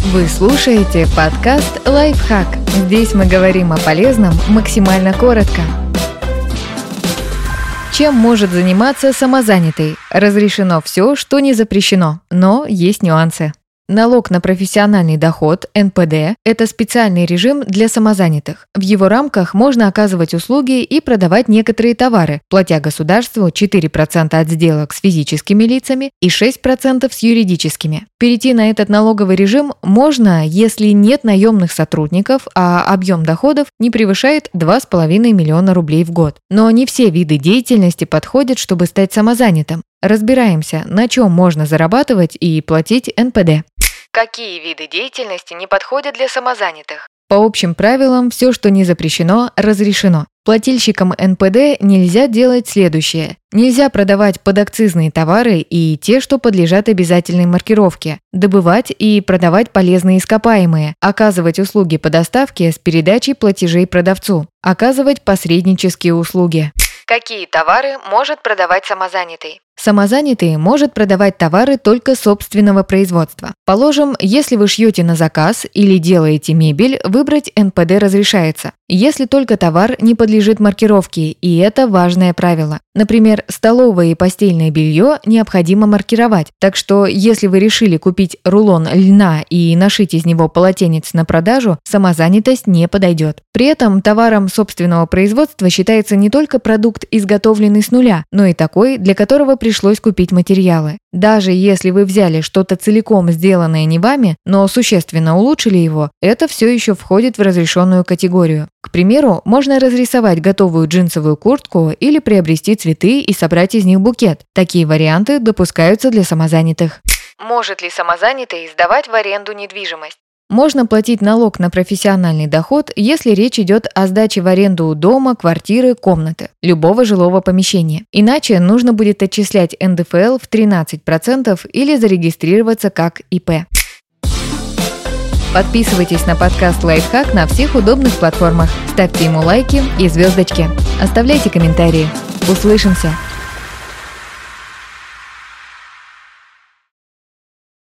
Вы слушаете подкаст «Лайфхак». Здесь мы говорим о полезном максимально коротко. Чем может заниматься самозанятый? Разрешено все, что не запрещено, но есть нюансы. Налог на профессиональный доход, НПД, это специальный режим для самозанятых. В его рамках можно оказывать услуги и продавать некоторые товары, платя государству 4% от сделок с физическими лицами и 6% с юридическими. Перейти на этот налоговый режим можно, если нет наемных сотрудников, а объем доходов не превышает 2,5 миллиона рублей в год. Но не все виды деятельности подходят, чтобы стать самозанятым. Разбираемся, на чем можно зарабатывать и платить НПД. Какие виды деятельности не подходят для самозанятых? По общим правилам, все, что не запрещено, разрешено. Плательщикам НПД нельзя делать следующее. Нельзя продавать подакцизные товары и те, что подлежат обязательной маркировке, добывать и продавать полезные ископаемые, оказывать услуги по доставке с передачей платежей продавцу, оказывать посреднические услуги. Какие товары может продавать самозанятый? Самозанятый может продавать товары только собственного производства. Положим, если вы шьете на заказ или делаете мебель, выбрать НПД разрешается, если только товар не подлежит маркировке, и это важное правило. Например, столовое и постельное белье необходимо маркировать, так что если вы решили купить рулон льна и нашить из него полотенец на продажу, самозанятость не подойдет. При этом товаром собственного производства считается не только продукт, изготовленный с нуля, но и такой, для которого пришлось купить материалы. Даже если вы взяли что-то целиком сделанное не вами, но существенно улучшили его, это все еще входит в разрешенную категорию. К примеру, можно разрисовать готовую джинсовую куртку или приобрести цветы и собрать из них букет. Такие варианты допускаются для самозанятых. Может ли самозанятый сдавать в аренду недвижимость? Можно платить налог на профессиональный доход, если речь идет о сдаче в аренду дома, квартиры, комнаты, любого жилого помещения. Иначе нужно будет отчислять НДФЛ в 13% или зарегистрироваться как ИП. Подписывайтесь на подкаст «Лайфхак» на всех удобных платформах. Ставьте ему лайки и звездочки. Оставляйте комментарии. Услышимся!